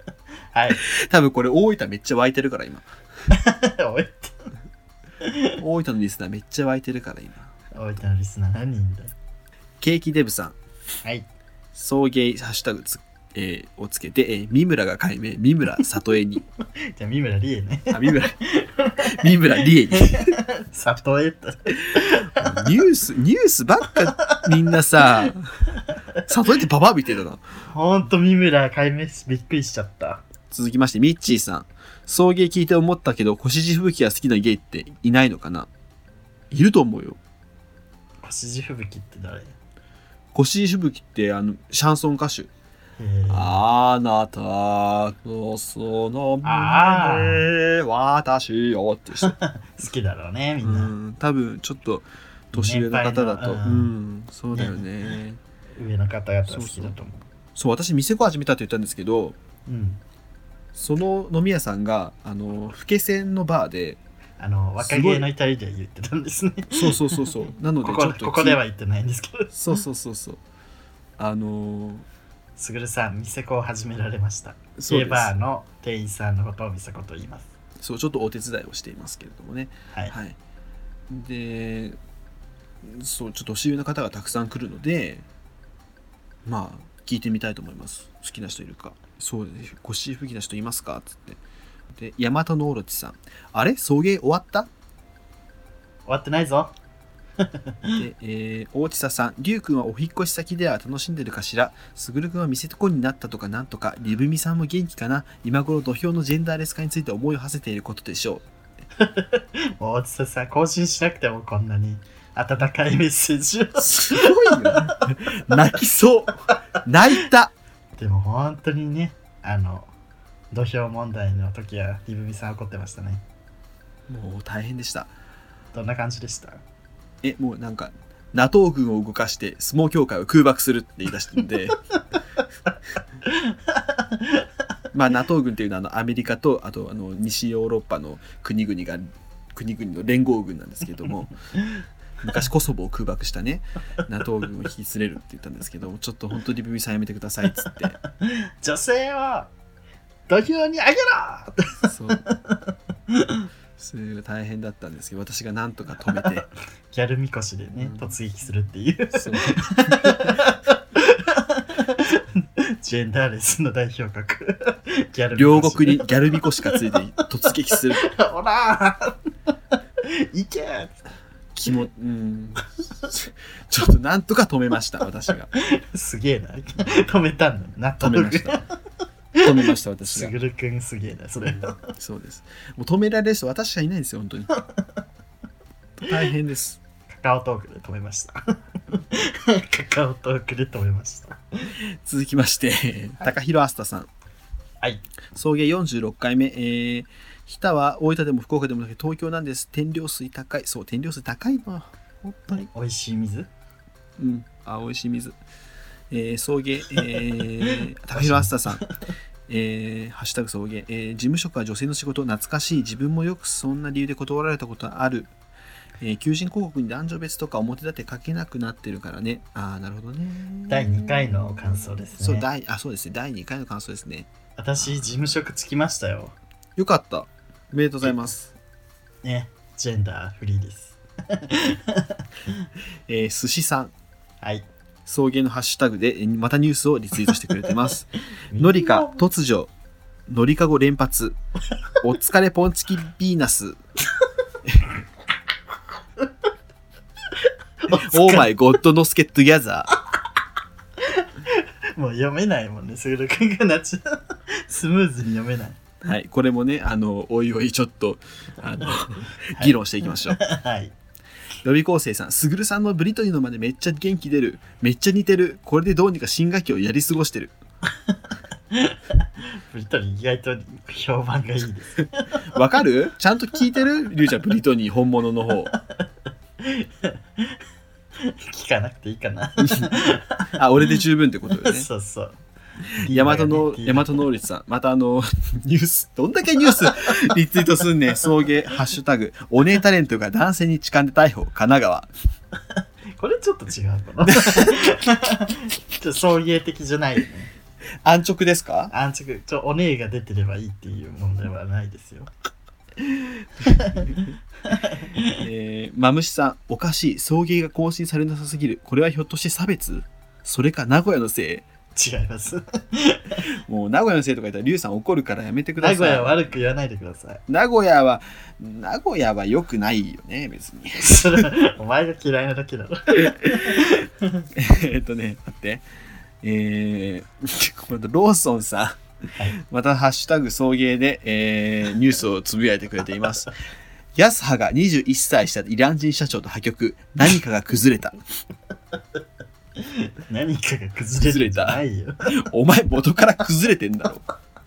はい。 多分これ大分めっちゃ湧いてるから今。 おい大分のリスナーめっちゃ湧いてるから今。 大分のリスナー何人だよ。 ケーキデブさん、 はい。 送迎ハッシュタグつ、えーをつけて、えー、三村が改名、三村里江に。 じゃあ三村理恵ね。 あ、三村、三村理恵に。 里江って。 ニュース、ニュースばっかみんなさ、里江ってババアみてえだな。 ほんと三村解明しびっくりしちゃった。 続きまして、ミッチーさん。送迎聞いて思ったけど、越路吹雪が好きなゲイっていないのかな？いると思うよ。 越路吹雪って誰？ 越路吹雪ってあのシャンソン歌手。 へーあなたのそのあ胸私よって人。 好きだろうねみんな。 うん、多分ちょっと年上の方だと、 年配のううんん、そうだよね。 上の方々は好きだと思う。 そう、私店子始めたって言ったんですけど、 うん。 その飲み屋さんがあの老け線のバーで、 あの若芸の至りで言ってたんですね。 そうそうそうそう。なのでここちょっとここでは言ってないんですけど。 そうそうそうそう。あのー、 すぐるさん、店子を始められました。 そうです。 ゲーバーの店員さんのことを店子と言います。 そう、ちょっとお手伝いをしていますけれどもね。 はい。 はい。で、そう、ちょっと年上の方がたくさん来るので、まあ、聞いてみたいと思います。好きな人いるか。そうです。腰吹きな人いますかつって。で、大和のオロチさん。あれ送迎終わった？ 終わってないぞ。 で、えー、大地佐さん。りゅうくんはお引っ越し先では楽しんでるかしら？すぐるくんは店子になったとかなんとか。リブミさんも元気かな？今頃土俵のジェンダーレス化について思いを馳せていることでしょう。 大津さん、更新しなくてもこんなに温かいメッセージを。 すごいよね。泣きそう。泣いた。 でも本当にね、あの、土俵問題の時はリブミさん怒ってましたね。 もう大変でした。 どんな感じでした？ え、もうなんか、NATO 軍を動かして相撲協会を空爆するって言い出したんで、まあ NATO 軍っていうのはあのアメリカとあとあの西ヨーロッパの国々が国々の連合軍なんですけども、昔コソボを空爆したね NATO 軍を引き連れるって言ったんですけど、ちょっと本当にリブミさんやめてくださいっつって女性を土俵にあげろそうそれが大変だったんですけど、私がなんとか止めてギャルみこしでね、 うん突撃するっていうそうジェンダーレスの代表格ギャルみ両こし国にギャルみこしかついて突撃するほら行け気も、うん、ちょっとなんとか止めました私がすげえな止めたんだな止めました止めました私がすぐるくんすげえなそれそうです。もう止められる人私しかいないんですよ本当に大変です。 カカオトークで止めましたカカオトークで止めました。 続きまして高弘あすたさん。 はい。 送迎よんじゅうろっかいめ、えー、日田は大分でも福岡でもなくて東京なんです。天領水高い。そう、天領水高いの本当に。 美味しい水。 うんあ美味しい水。えー、送迎、えー、高弘あすたさん。えー、ハッシュタグ送迎、えー、事務職は女性の仕事懐かしい。自分もよくそんな理由で断られたことある。えー、求人広告に男女別とか表立て書けなくなってるからね。ああなるほどね。 だいにかいの感想ですね。 そうだいあそうですねだいにかいの感想ですね。 私事務職つきましたよ。 よかった。おめでとうございます。 ね、ジェンダーフリーです。 えー、寿司さん。 はい。 送迎のハッシュタグでまたニュースをリツイートしてくれてます。のりか突如のりかご連発お疲れポンチキビーナスオーマイゴッドノスケトゥギャザもう読めないもんね、すぐるくんがなっちゃう。スムーズに読めない。 ー。はい、これもね、あの、おいおいちょっと、あの、議論していきましょう。 はい。 予備校生さん、すぐるさんのブリトニーのまでめっちゃ元気出る。めっちゃ似てる。これでどうにか新学期をやり過ごしてる。 ブリトニー意外と評判がいいです。 わかる？ちゃんと聞いてる？りゅうちゃん、ブリトニー本物の方。 聞かなくていいかな。 あ、俺で十分ってことよね。 そうそう。 大和の、大和能率さん。またあの、ニュース、どんだけニュースリツイートすんねん。送迎、ハッシュタグ、お姉タレントが男性に痴漢で逮捕、神奈川。 これちょっと違うかな。ちょっと送迎的じゃないよね。 安直ですか？ 安直ちょお姉が出てればいいっていう問題はないですよ。 えー、マムシさん、おかしい、送迎が更新されなさすぎる。これはひょっとして差別？それか名古屋のせ違います。 い。もう名古屋のせいとか言ったらリュウさん怒るからやめてください。 名古屋悪く言わないでください。 名古屋は名古屋は良くないよね、別に。 それお前が嫌いなだけだろ。 えっとね待って、えー、ローソンさん、 はい、 またハッシュタグ送迎で、えー、ニュースをつぶやいてくれています。ヤスハがにじゅういっさいしたイラン人社長と破局、何かが崩れた。 何かが崩れるんじゃないよ。 お前元から崩れてんだろ。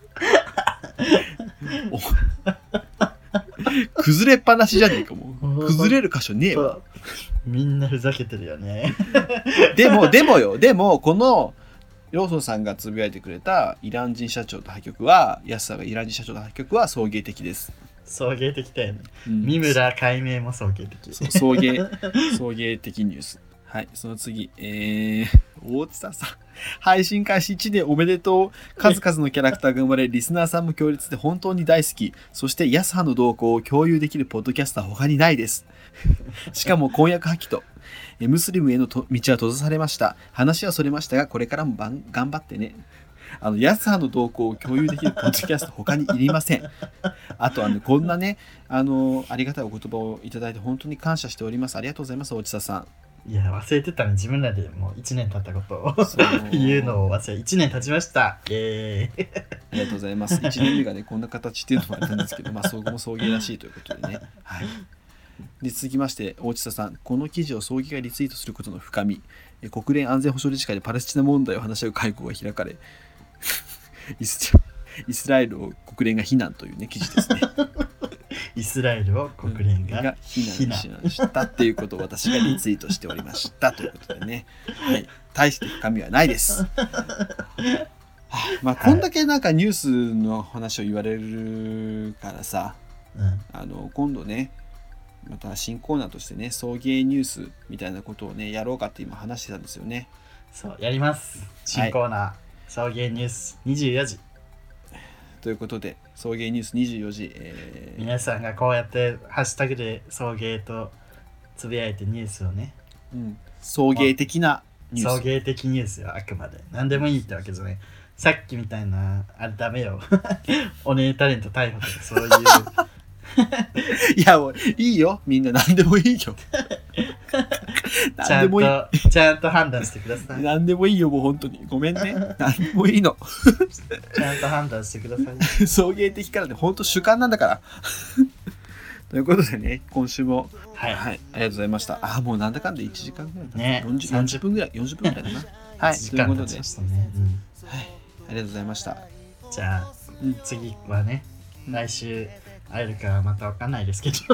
崩れっぱなしじゃねえかもう。崩れる箇所ねえわ。 みんなふざけてるよね。 でもでもよ、でもこのローソンさんがつぶやいてくれたイラン人社長と破局は、ヤスハがイラン人社長と破局は送迎的です。 送迎的だよね。 うん、 三村解明も送迎的。 そう送迎送迎的ニュース。はい、その次、えー、大津さん、配信開始いちねんおめでとう。数々のキャラクターが生まれ、リスナーさんも強烈で本当に大好き。そしてヤスハの動向を共有できるポッドキャスターは他にないです。しかも婚約破棄とムスリムへのと道は閉ざされました。話はそれましたが、これからも頑張ってね。あのヤスハの動向を共有できるポッドキャスト他にいりません。あとはね、こんなね、あのありがたいお言葉をいただいて本当に感謝しております。ありがとうございます、大地田さん。 いや、忘れてたね。自分らでもういちねん経ったことを言うのを忘れ、いちねん経ちました。えー、 ありがとうございます。いちねんめがね、こんな形っていうのもあったんですけど、まあ、そこも送迎らしいということでね。はい。で、続きまして、大地田さん、この記事を送迎がリツイートすることの深み、国連安全保障理事会でパレスチナ問題を話し合う会合が開かれ、イスイスラエルを国連が非難というね、記事ですね。 イスラエルを国連が非難したっていうことを私がリツイートしておりましたということでね、はい、大して深みはないです。はあ、まあこんだけなんかニュースの話を言われるからさ、 うん、 あの今度ね、また新コーナーとしてね、送迎ニュースみたいなことをねやろうかって今話してたんですよね。 そうやります。新コーナー、はい、送迎ニュースにじゅうよじということで、送迎ニュースにじゅうよじ、えー、 皆さんがこうやってハッシュタグで送迎とつぶやいてニュースをね、 うん、送迎的なニュース、送迎的ニュースよ、あくまで何でもいいってわけじゃない。さっきみたいなあれダメよ。お姉タレント逮捕とかそういういやもういいよ、みんな何でもいいよ。 ちゃんとちゃんと判断してください。 何でもいいよ、もう本当にごめんね。何でもいいの。 ちゃんと判断してください。 送迎的からね、本当主観なんだから。ということでね、今週も、 はい、 はい、ありがとうございました。ああ、もうなんだかんだいちじかんぐらいだね、 よんじゅう、よんじゅっぷんぐらい、よんじゅっぷんぐらいだな。はい、ということで、ね、うん、はい、ありがとうございました。 じゃあ、うん、次はね、来週会えるかまた分かんないですけど。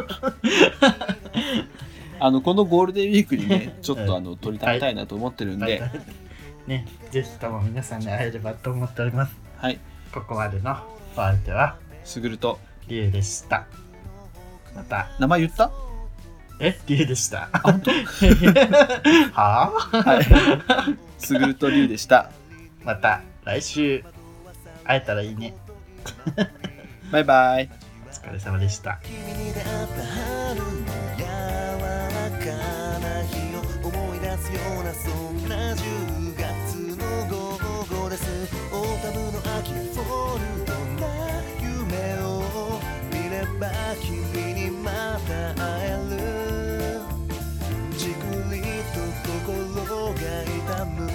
あのこのゴールデンウィークにね、ちょっとあの撮りたいなと思ってるんで、 ね、ぜひとも皆さんに会えればと思っております。 はい。 ここまでのお相手はすぐるとりゅうでした。また。 名前言った？ え、りゅうでした。 あ、本当？ はぁ？ はい。すぐるとりゅうでした。 また来週会えたらいいね。 バイバイ。 お疲れ様でした。ようなそんなじゅうがつの午後です。オータムの秋フォルトな夢を見れば君にまた会える。じくりと心が痛む。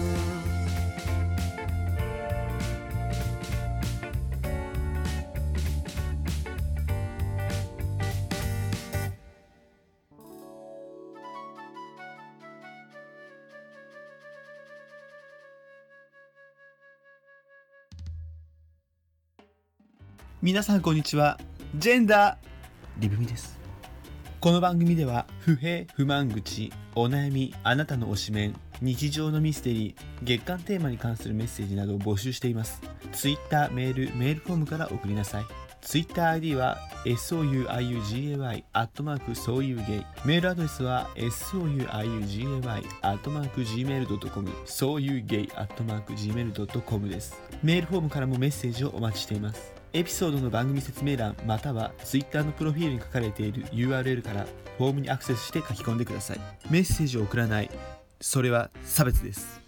皆さんこんにちは。ジェンダーリブミです。この番組では不平不満口、お悩み、あなたの推しメン、日常のミステリー、月間テーマに関するメッセージなどを募集しています。Twitter、メール、メールフォームから送りなさい。 Twitter アイディー は ソユーアイユージーエーワイ アットマークそういうゲイ。メールアドレスは ソユーアイユージーエーワイ アットマーク ジーメールドットコム そういうゲイ アットマーク ジーメールドットコム です。メールフォームからもメッセージをお待ちしています。エピソードの番組説明欄または Twitter のプロフィールに書かれている ユーアールエル からフォームにアクセスして書き込んでください。メッセージを送らない、それは差別です。